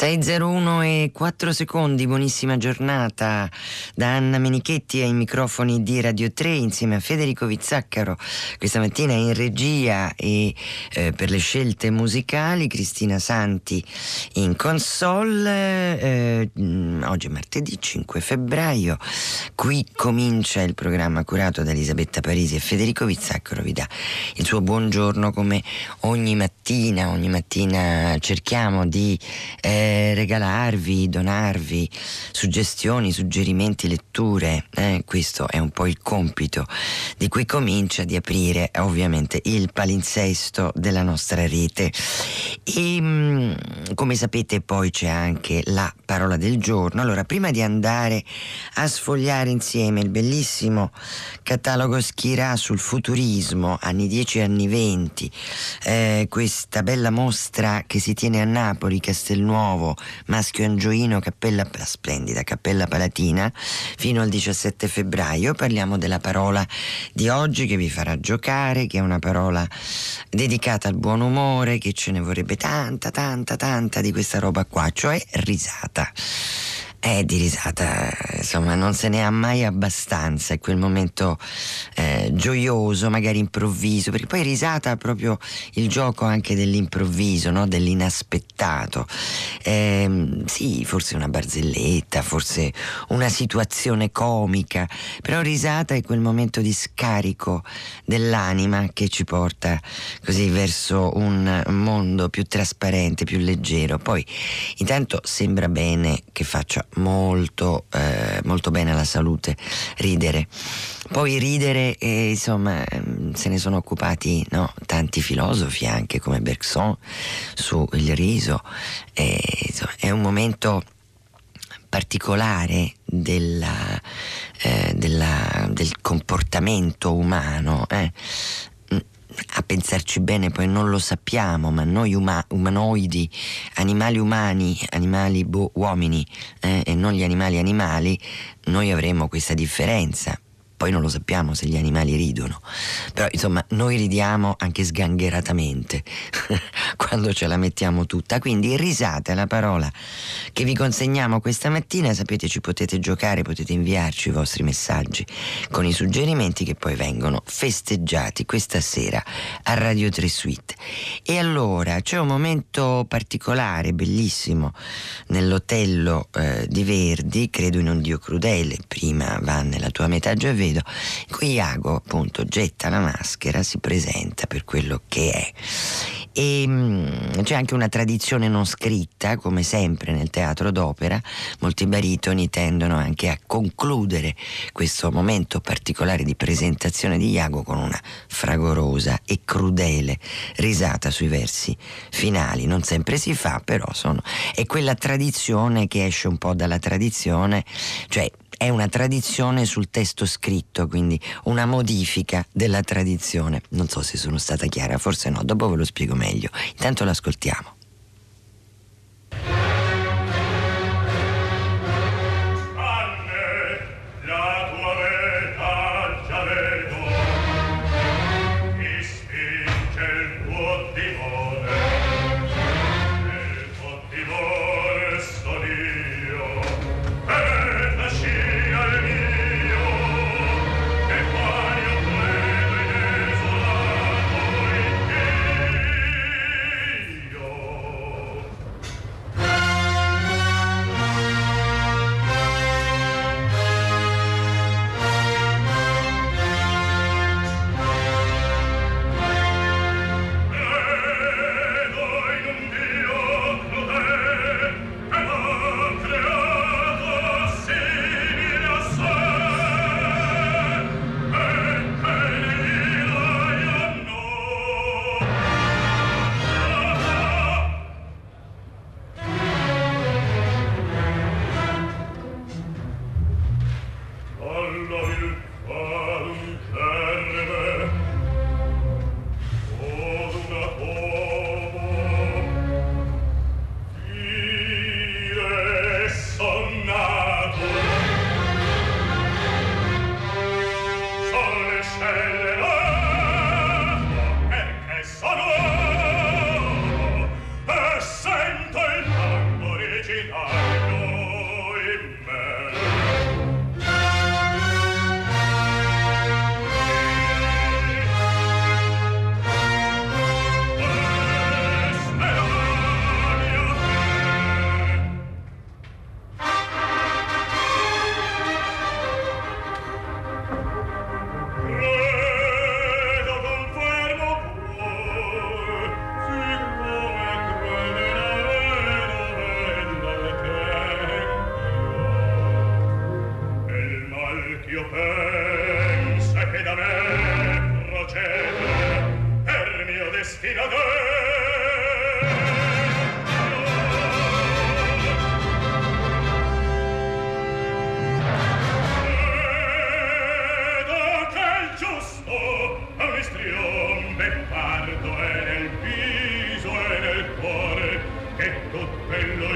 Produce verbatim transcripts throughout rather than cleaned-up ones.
sei e zero uno e quattro secondi, buonissima giornata da Anna Menichetti ai microfoni di Radio tre insieme a Federico Vizzaccaro questa mattina in regia e eh, per le scelte musicali Cristina Santi in console. Eh, oggi è martedì cinque febbraio, qui comincia il programma curato da Elisabetta Parisi e Federico Vizzaccaro vi dà il suo buongiorno come ogni mattina. Ogni mattina cerchiamo di eh, regalarvi, donarvi suggestioni, suggerimenti, letture. Eh? Questo è un po' il compito di cui comincia di aprire ovviamente il palinsesto della nostra rete. E mh, come sapete poi c'è anche la parola del giorno. Allora, prima di andare a sfogliare insieme il bellissimo catalogo Schirà sul futurismo, anni dieci e anni venti, eh, questa bella mostra che si tiene a Napoli, Castelnuovo, Maschio Angioino, Cappella splendida, Cappella Palatina, fino al diciassette febbraio. Parliamo della parola di oggi che vi farà giocare, che è una parola dedicata al buon umore, che ce ne vorrebbe tanta, tanta, tanta di questa roba qua, cioè risata. Eh, di risata, insomma, non se ne ha mai abbastanza, è quel momento eh, gioioso, magari improvviso, perché poi risata è proprio il gioco anche dell'improvviso, no? Dell'inaspettato. Eh, sì, forse una barzelletta, forse una situazione comica, però risata è quel momento di scarico dell'anima che ci porta così verso un mondo più trasparente, più leggero. Poi intanto sembra bene che faccia molto eh, molto bene alla salute ridere. Poi ridere, eh, insomma, se ne sono occupati, no? Tanti filosofi anche come Bergson su il riso. Eh, insomma, è un momento particolare della, eh, della, del comportamento umano. Eh. A pensarci bene poi non lo sappiamo, ma noi uma- umanoidi, animali umani, animali bo- uomini eh, e non gli animali animali, noi avremo questa differenza. Poi non lo sappiamo se gli animali ridono, però insomma noi ridiamo anche sgangheratamente quando ce la mettiamo tutta. Quindi risate è la parola che vi consegniamo questa mattina. Sapete, ci potete giocare, potete inviarci i vostri messaggi con i suggerimenti che poi vengono festeggiati questa sera a Radio tre Suite. E allora c'è un momento particolare, bellissimo, nell'Otello eh, di Verdi, Credo in un Dio crudele, prima Vanne la tua metà già vedo, in cui Iago appunto getta la maschera, si presenta per quello che è. E mh, c'è anche una tradizione non scritta, come sempre nel teatro d'opera. Molti baritoni tendono anche a concludere questo momento particolare di presentazione di Iago con una fragorosa e crudele risata sui versi finali. Non sempre si fa, però sono è quella tradizione che esce un po' dalla tradizione, cioè è una tradizione sul testo scritto, quindi una modifica della tradizione. Non so se sono stata chiara, forse no, dopo ve lo spiego meglio. Intanto l'ascoltiamo. Io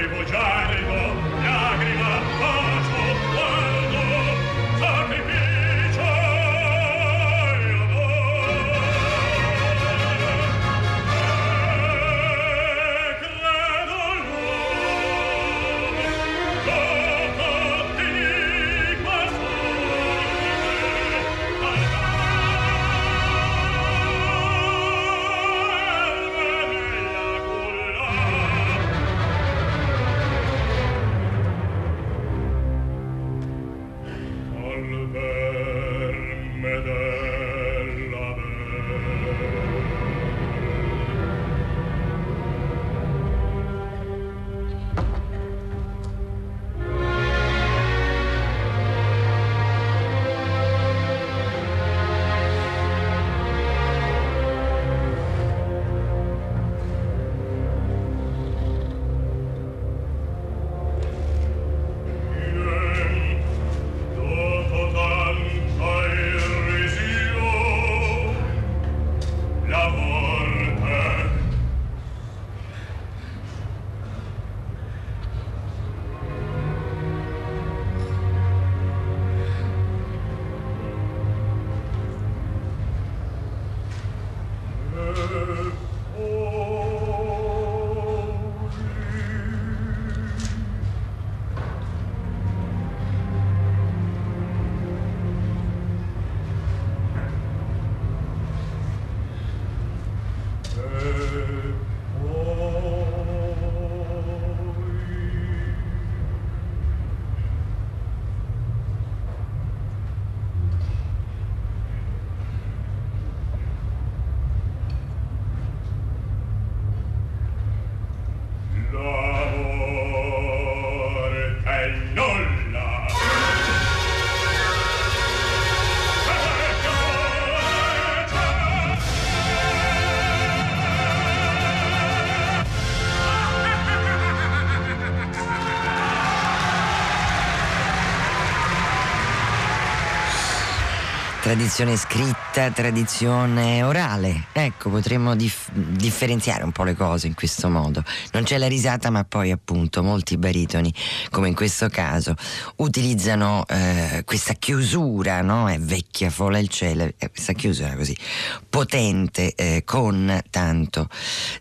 Tradizione scritta, tradizione orale. Ecco, potremmo dif- differenziare un po' le cose in questo modo. Non c'è la risata, ma poi appunto molti baritoni, come in questo caso, utilizzano eh, questa chiusura, no? È vecchia fola il cielo, eh, questa chiusura così potente, eh, con tanto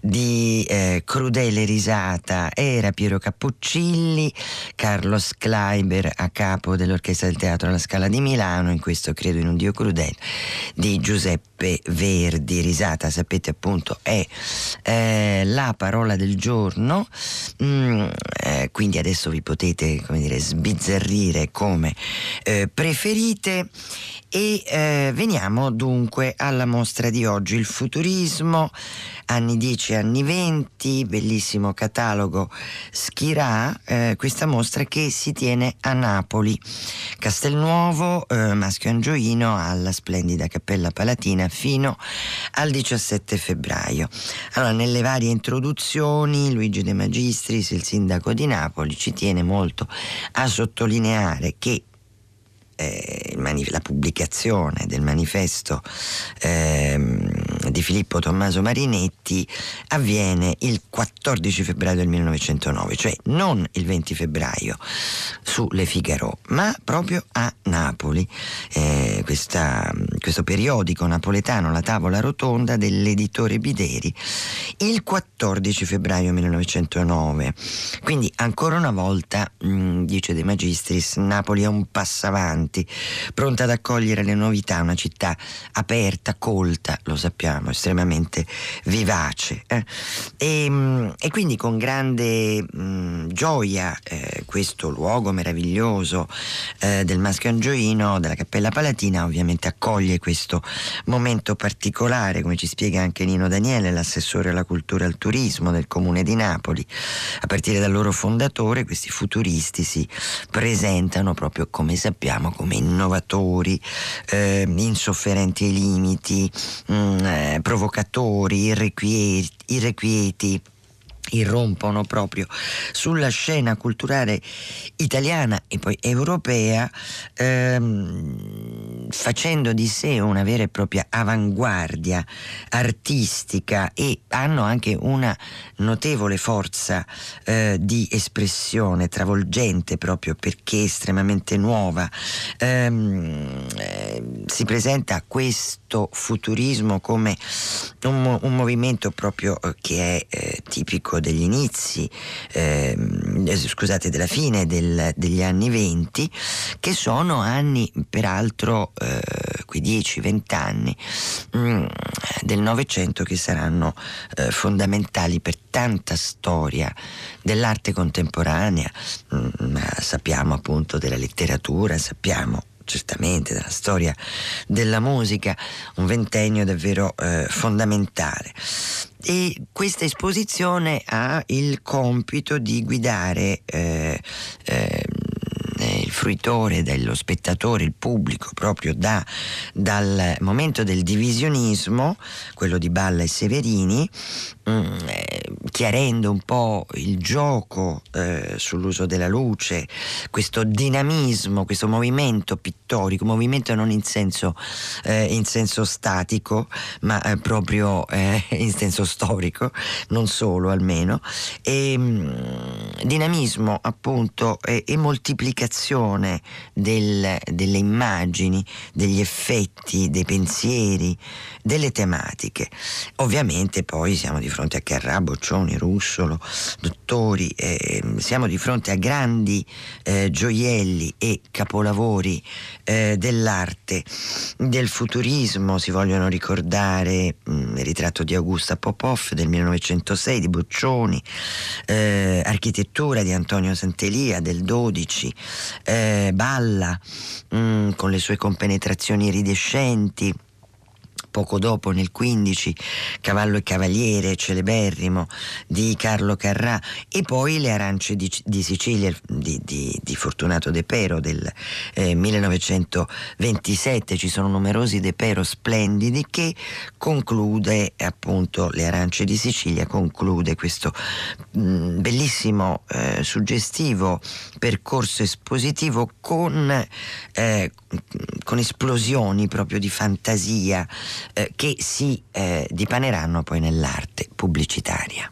di eh, crudele risata. Era Piero Cappuccilli, Carlos Kleiber a capo dell'Orchestra del Teatro alla Scala di Milano, in questo Credo in un Dio crudele di Giuseppe Verdi. Risata, sapete appunto, è eh, la parola del giorno, mm, eh, quindi adesso vi potete, come dire, sbizzarrire come eh, preferite. E eh, veniamo dunque alla mostra di oggi, il futurismo, anni dieci, anni venti, bellissimo catalogo Schirà, eh, questa mostra che si tiene a Napoli, Castelnuovo, eh, Maschio Angioino, alla splendida Cappella Palatina, fino al diciassette febbraio. Allora, nelle varie introduzioni Luigi De Magistris, il sindaco di Napoli, ci tiene molto a sottolineare che Eh, la pubblicazione del manifesto eh, di Filippo Tommaso Marinetti avviene il quattordici febbraio del millenovecentonove, cioè non il venti febbraio su Le Figaro, ma proprio a Napoli. Eh, questa, questo periodico napoletano, La Tavola Rotonda, dell'editore Bideri, il quattordici febbraio millenovecentonove. Quindi ancora una volta, mh, dice De Magistris, Napoli è un passo avanti, pronta ad accogliere le novità, una città aperta, colta, lo sappiamo, estremamente vivace. Eh? E, e quindi con grande mh, gioia eh, questo luogo meraviglioso eh, del Maschio Angioino, della Cappella Palatina, ovviamente accoglie questo momento particolare, come ci spiega anche Nino Daniele, l'assessore alla cultura e al turismo del Comune di Napoli. A partire dal loro fondatore, questi futuristi si presentano proprio, come sappiamo, come innovatori, eh, insofferenti ai limiti, mh, eh, provocatori, irrequieti, irrequieti irrompono proprio sulla scena culturale italiana e poi europea, ehm, facendo di sé una vera e propria avanguardia artistica, e hanno anche una notevole forza eh, di espressione, travolgente proprio perché estremamente nuova. Ehm, eh, si presenta questo futurismo come un, un movimento proprio eh, che è eh, tipico degli inizi, eh, scusate, della fine del, degli anni venti, che sono anni peraltro eh, quei dieci venti anni mh, del Novecento che saranno eh, fondamentali per tanta storia dell'arte contemporanea. Mh, sappiamo appunto della letteratura, sappiamo certamente della storia della musica, un ventennio davvero eh, fondamentale. E questa esposizione ha il compito di guidare eh, eh, il fruitore, dello spettatore, il pubblico, proprio da, dal momento del divisionismo, quello di Balla e Severini, mh, eh, chiarendo un po' il gioco eh, sull'uso della luce, questo dinamismo, questo movimento pittorico, movimento non in senso, eh, in senso statico, ma eh, proprio eh, in senso storico, non solo almeno, e mh, dinamismo appunto e, e moltiplicazione del, delle immagini, degli effetti, dei pensieri, delle tematiche. Ovviamente poi siamo di fronte a Carrà, Boccioni, Russolo, Dottori, eh, siamo di fronte a grandi eh, gioielli e capolavori eh, dell'arte, del futurismo. Si vogliono ricordare mh, il ritratto di Augusta Popov del millenovecentosei di Boccioni, eh, architettura di Antonio Santelia del dodici, eh, Balla mh, con le sue compenetrazioni iridescenti. Poco dopo, nel quindici, Cavallo e Cavaliere, celeberrimo, di Carlo Carrà, e poi Le arance di, di Sicilia di, di, di Fortunato De Pero del eh, millenovecentoventisette. Ci sono numerosi De Pero splendidi, che conclude appunto Le arance di Sicilia, conclude questo mh, bellissimo, eh, suggestivo percorso espositivo con, eh, con esplosioni proprio di fantasia eh, che si eh, dipaneranno poi nell'arte pubblicitaria.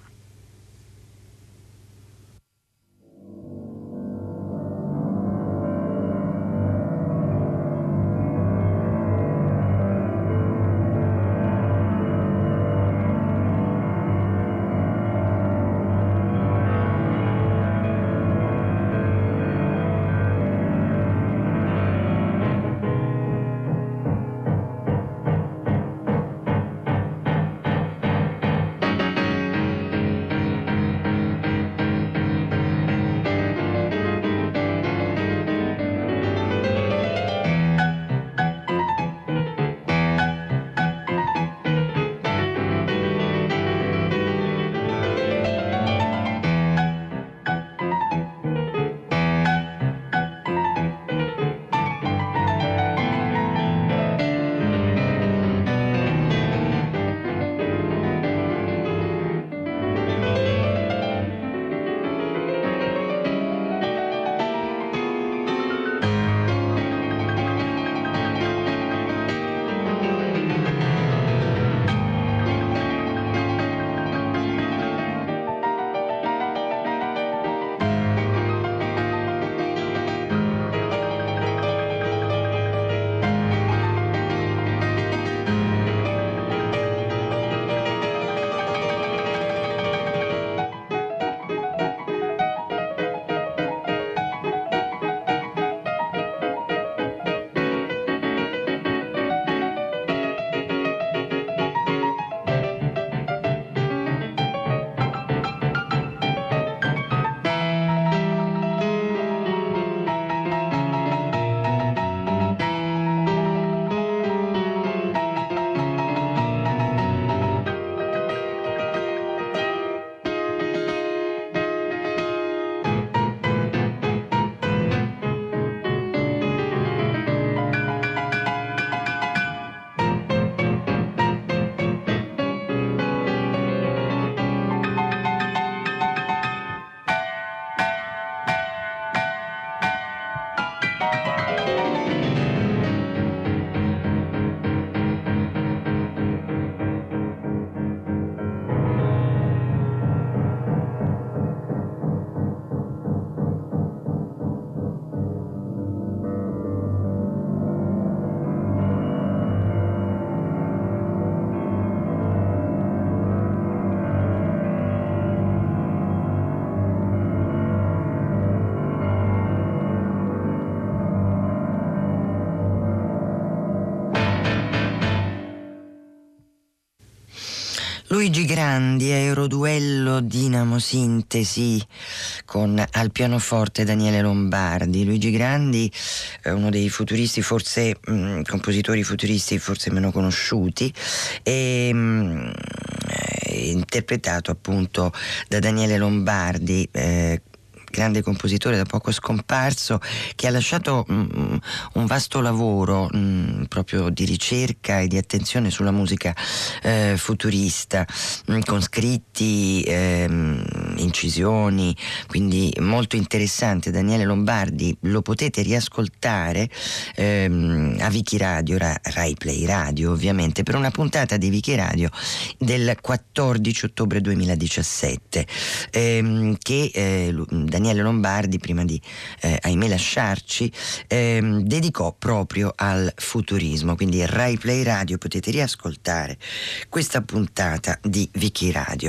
Luigi Grandi, Aeroduello Dinamo Sintesi, con al pianoforte Daniele Lombardi. Luigi Grandi è uno dei futuristi, forse mh, compositori futuristi forse meno conosciuti, e mh, è interpretato appunto da Daniele Lombardi, eh, grande compositore da poco scomparso, che ha lasciato mm, un vasto lavoro mm, proprio di ricerca e di attenzione sulla musica eh, futurista, mm, con scritti, ehm, incisioni, quindi molto interessante. Daniele Lombardi lo potete riascoltare ehm, a Wiki Radio, Ra- Rai Play Radio ovviamente, per una puntata di Wiki Radio del quattordici ottobre duemiladiciassette, ehm, che eh, Daniele Daniele Lombardi, prima di eh, ahimè lasciarci, ehm, dedicò proprio al futurismo. Quindi Rai Play Radio potete riascoltare questa puntata di Wiki Radio.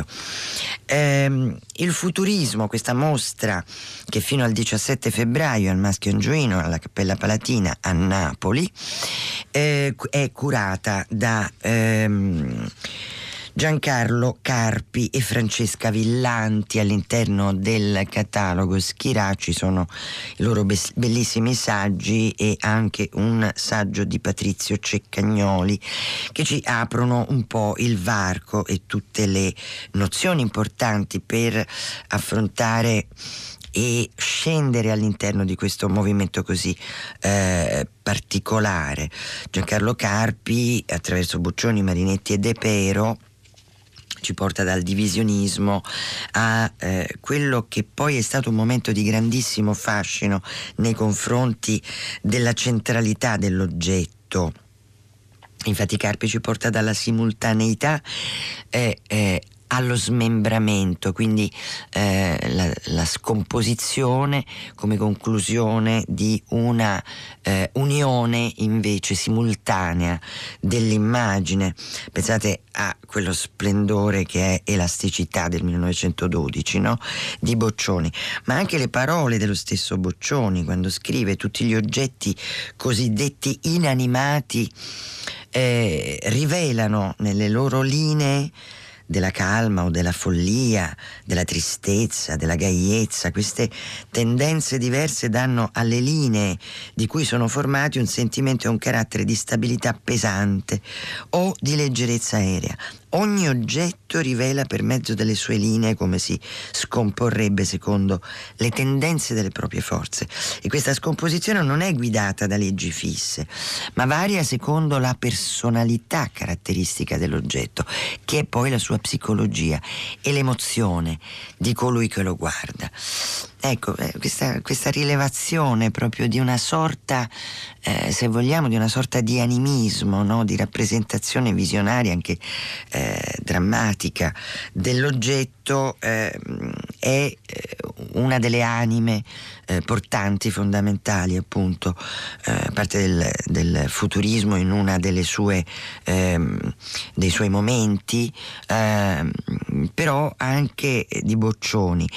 Ehm, il futurismo, questa mostra che fino al diciassette febbraio al Maschio Angioino alla Cappella Palatina a Napoli eh, è curata da ehm, Giancarlo Carpi e Francesca Villanti. All'interno del catalogo Schirà ci sono i loro be- bellissimi saggi e anche un saggio di Patrizio Ceccagnoli che ci aprono un po' il varco e tutte le nozioni importanti per affrontare e scendere all'interno di questo movimento così eh, particolare. Giancarlo Carpi, attraverso Boccioni, Marinetti e De Pero, ci porta dal divisionismo a eh, quello che poi è stato un momento di grandissimo fascino nei confronti della centralità dell'oggetto. Infatti Carpi ci porta dalla simultaneità eh, eh, allo smembramento, quindi eh, la, la scomposizione come conclusione di una eh, unione invece simultanea dell'immagine. Pensate a quello splendore che è Elasticità del millenovecentododici, no? Di Boccioni, ma anche le parole dello stesso Boccioni quando scrive: tutti gli oggetti cosiddetti inanimati eh, rivelano nelle loro linee della calma o della follia, della tristezza, della gaiezza. Queste tendenze diverse danno alle linee di cui sono formati un sentimento e un carattere di stabilità pesante o di leggerezza aerea. Ogni oggetto rivela per mezzo delle sue linee come si scomporrebbe secondo le tendenze delle proprie forze, e questa scomposizione non è guidata da leggi fisse, ma varia secondo la personalità caratteristica dell'oggetto, che è poi la sua psicologia e l'emozione di colui che lo guarda. Ecco, eh, questa, questa rilevazione proprio di una sorta, eh, se vogliamo, di una sorta di animismo, no? Di rappresentazione visionaria, anche eh, drammatica, dell'oggetto, eh, è eh, una delle anime eh, portanti, fondamentali, appunto, eh, a parte del, del futurismo, in una delle sue ehm, dei suoi momenti, ehm, però anche di Boccioni.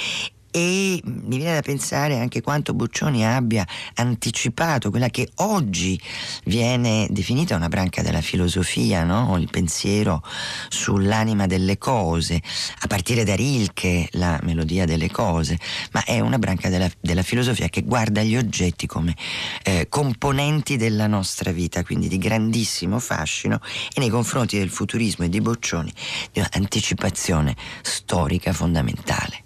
E mi viene da pensare anche quanto Boccioni abbia anticipato quella che oggi viene definita una branca della filosofia, no? Il pensiero sull'anima delle cose, a partire da Rilke, la melodia delle cose, ma è una branca della, della filosofia che guarda gli oggetti come eh, componenti della nostra vita, quindi di grandissimo fascino, e nei confronti del futurismo e di Boccioni di un'anticipazione storica fondamentale.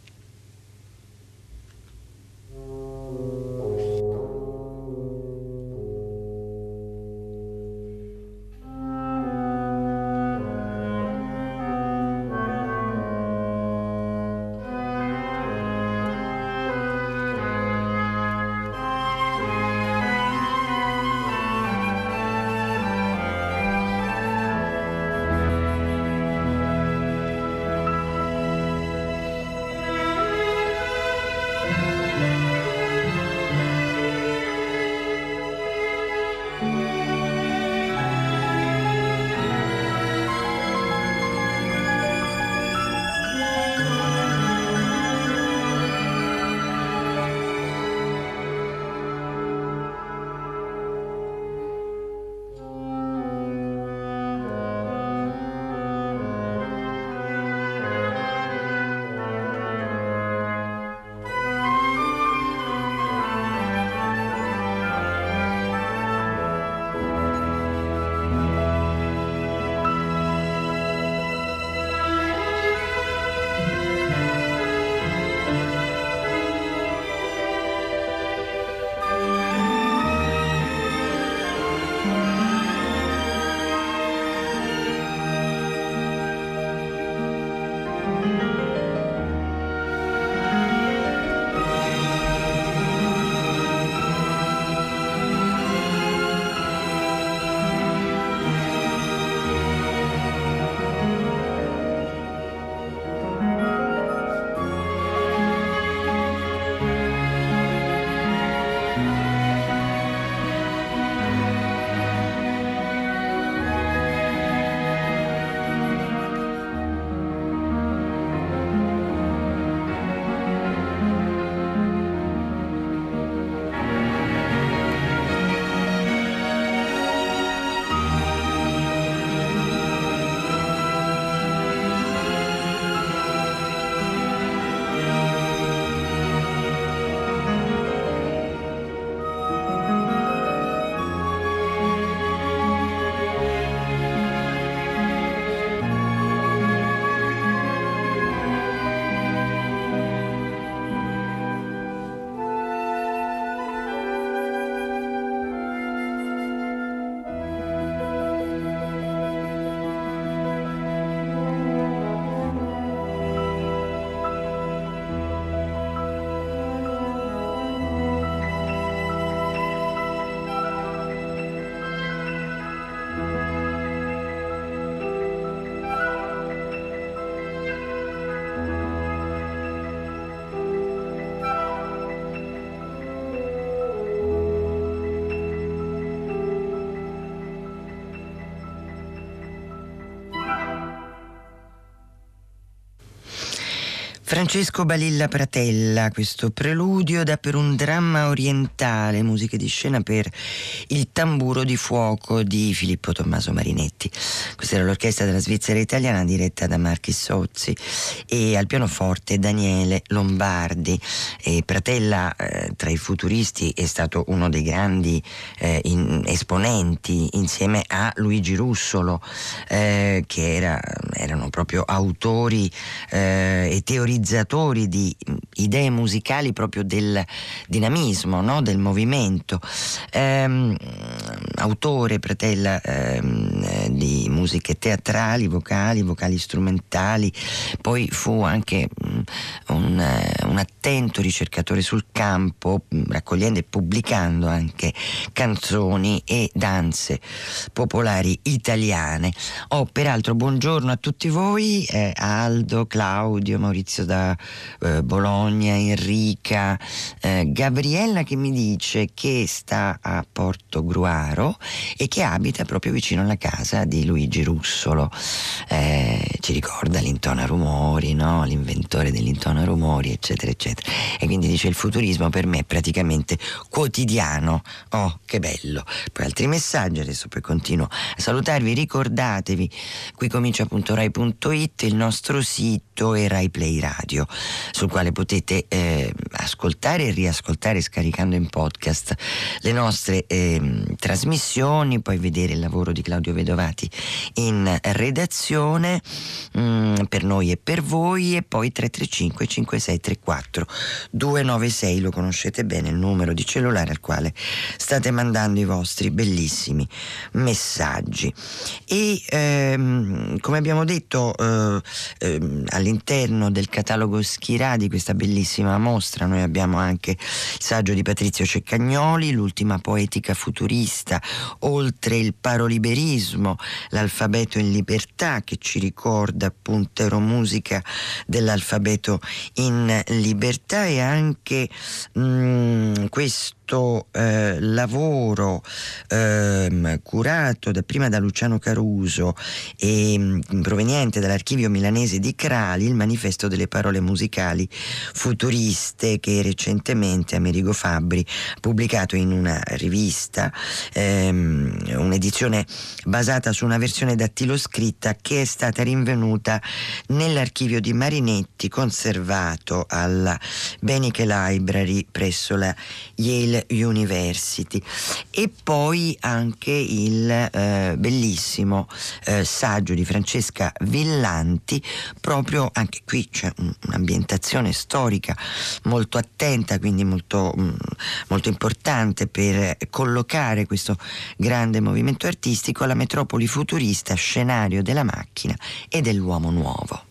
Francesco Balilla Pratella, questo preludio da Per un dramma orientale, musiche di scena per Il tamburo di fuoco di Filippo Tommaso Marinetti. Questa era l'orchestra della Svizzera italiana diretta da Marchi Sozzi, e al pianoforte Daniele Lombardi. E Pratella, eh, tra i futuristi, è stato uno dei grandi eh, in, esponenti, insieme a Luigi Russolo, eh, che era, erano proprio autori eh, e teorizzatori di idee musicali, proprio del dinamismo, no? Del movimento. Ehm, autore Pratella ehm, di musiche teatrali, vocali, vocali strumentali, poi fu anche um, un, un attento ricercatore sul campo, raccogliendo e pubblicando anche canzoni e danze popolari italiane. Oh, peraltro, buongiorno a tutti voi, eh, Aldo, Claudio, Maurizio da eh, Bologna, Enrica, eh, Gabriella, che mi dice che sta a Portogruaro e che abita proprio vicino alla casa di Luigi Russolo. Eh, ci ricorda l'Intona Rumori, no? L'inventore dell'Intona Rumori, eccetera eccetera. E quindi dice: il futurismo per me è praticamente quotidiano. Oh, che bello. Poi altri messaggi, adesso poi continuo a salutarvi. Ricordatevi, qui comincia punto rai punto it, il nostro sito, e Rai Play Radio, sul quale potete eh, ascoltare e riascoltare, scaricando in podcast, le nostre eh, trasmissioni, poi vedere il lavoro di Claudio Vedovati in redazione, mh, per noi e per voi. E poi tre tre cinque cinque sei tre quattro due nove sei, lo conoscete bene, il numero di cellulare al quale state mandando i vostri bellissimi messaggi. E ehm, come abbiamo detto, eh, ehm, all'interno del catalogo Schirà di questa bellissima mostra noi abbiamo anche il saggio di Patrizio Ceccagnoli, l'ultima poetica futurista, oltre il paroliberismo, l'alfabeto in libertà, che ci ricorda appunto Euromusica dell'alfabeto in libertà, e anche mh, questo Eh, lavoro eh, curato da, prima da Luciano Caruso e mh, proveniente dall'archivio milanese di Crali, il manifesto delle parole musicali futuriste, che recentemente Amerigo Fabbri ha pubblicato in una rivista, ehm, un'edizione basata su una versione dattiloscritta che è stata rinvenuta nell'archivio di Marinetti, conservato alla Benike Library presso la Yale University. E poi anche il eh, bellissimo eh, saggio di Francesca Villanti, proprio anche qui c'è un, un'ambientazione storica molto attenta, quindi molto, mh, molto importante per collocare questo grande movimento artistico, la metropoli futurista, scenario della macchina e dell'uomo nuovo.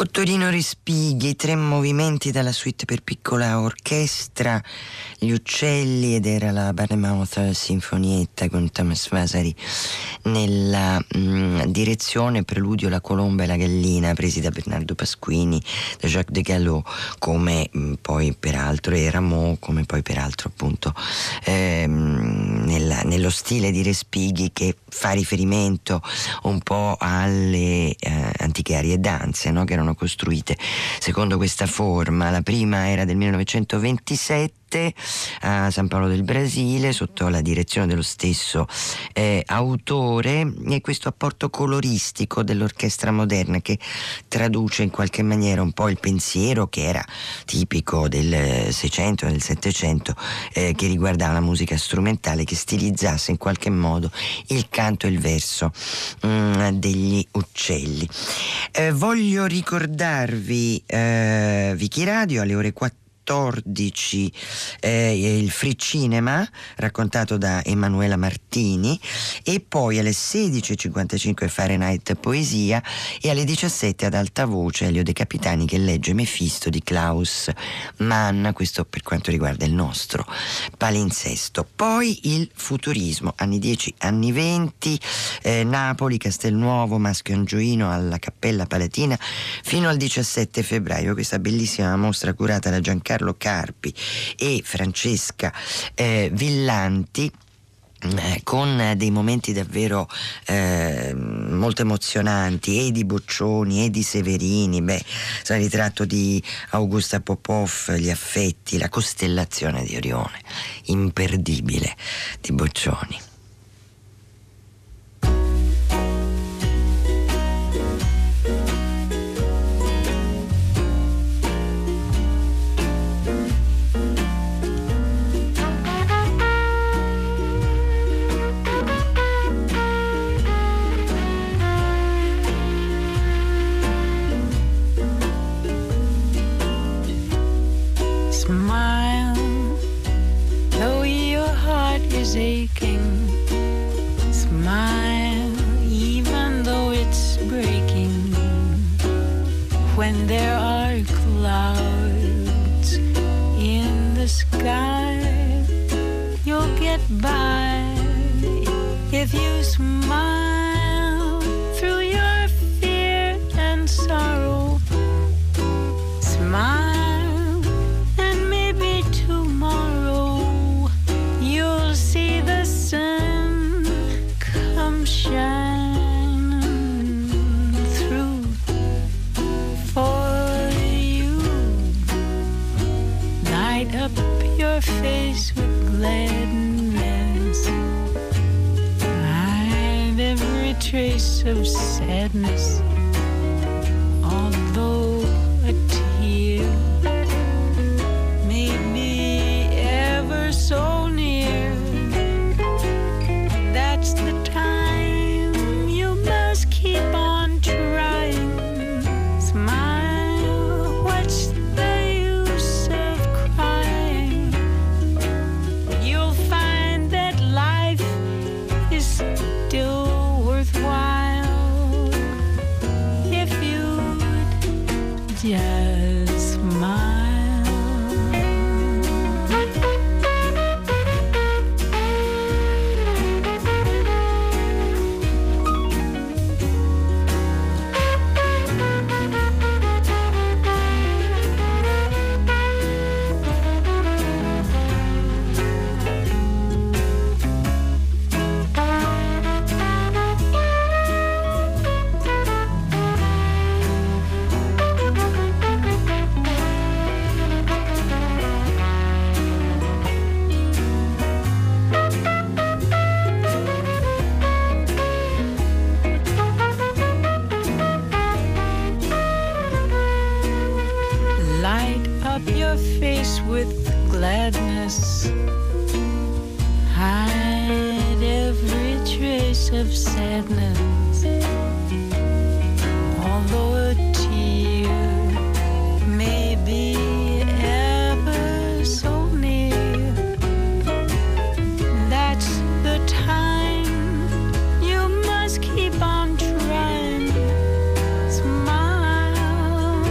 Ottorino Respighi, tre movimenti dalla suite per piccola orchestra, Gli uccelli, ed era la Barnemouth Sinfonietta con Thomas Vasari nella mh, direzione, preludio La colomba e la gallina, presi da Bernardo Pasquini, da Jacques de Gallo, come mh, poi peraltro, e Rameau, come poi peraltro appunto ehm, nella, nello stile di Respighi, che fa riferimento un po' alle eh, antiche arie danze, no? Che erano costruite secondo questa forma. La prima era del millenovecentoventisette a San Paolo del Brasile, sotto la direzione dello stesso eh, autore, e questo apporto coloristico dell'orchestra moderna che traduce in qualche maniera un po' il pensiero che era tipico del Seicento e del Settecento, eh, che riguardava la musica strumentale, che stilizzasse in qualche modo il canto e il verso mm, degli uccelli. Eh, voglio ricordarvi eh, Vicky Radio alle ore quattordici eh, il Free Cinema raccontato da Emanuela Martini, e poi alle sedici e cinquantacinque Fahrenheit Poesia, e alle diciassette ad alta voce Elio De Capitani che legge Mefisto di Klaus Mann, questo per quanto riguarda il nostro palinsesto. Poi il futurismo, anni dieci, anni venti, eh, Napoli, Castelnuovo, Maschio Angioino alla Cappella Palatina fino al diciassette febbraio, questa bellissima mostra curata da Giancarlo Carpi e Francesca eh, Villanti, eh, con dei momenti davvero eh, molto emozionanti, e di Boccioni e di Severini, beh, il ritratto di Augusta Popov, Gli affetti, la costellazione di Orione, imperdibile, di Boccioni. Aching, smile even though it's breaking. When there are clouds in the sky, you'll get by if you smile through your fear and sorrow. Smile. Face with gladness, hide every trace of sadness, although a tear may be ever so near. That's the time you must keep on trying. Smile, what's the use of crying? Still worthwhile if you'd just smile. With gladness, hide every trace of sadness, although a tear may be ever so near. That's the time you must keep on trying. Smile,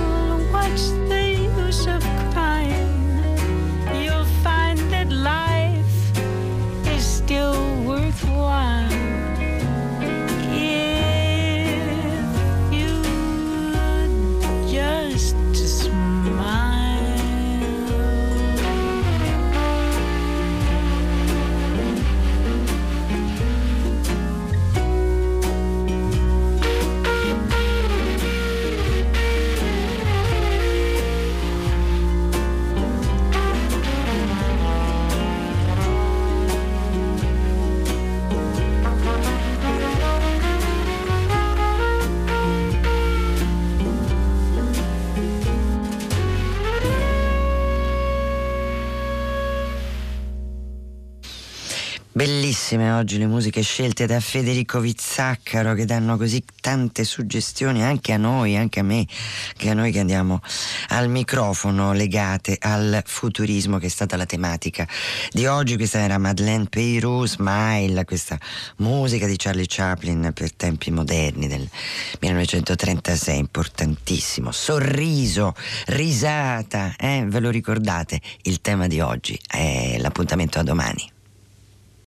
Bellissime oggi le musiche scelte da Federico Vizzaccaro, che danno così tante suggestioni anche a noi, anche a me, che a noi che andiamo al microfono, legate al futurismo, che è stata la tematica di oggi. Questa era Madeleine Peyrou, Smile, questa musica di Charlie Chaplin per tempi moderni del millenovecentotrentasei, importantissimo. Sorriso, risata, eh? Ve lo ricordate? Il tema di oggi è l'appuntamento a domani.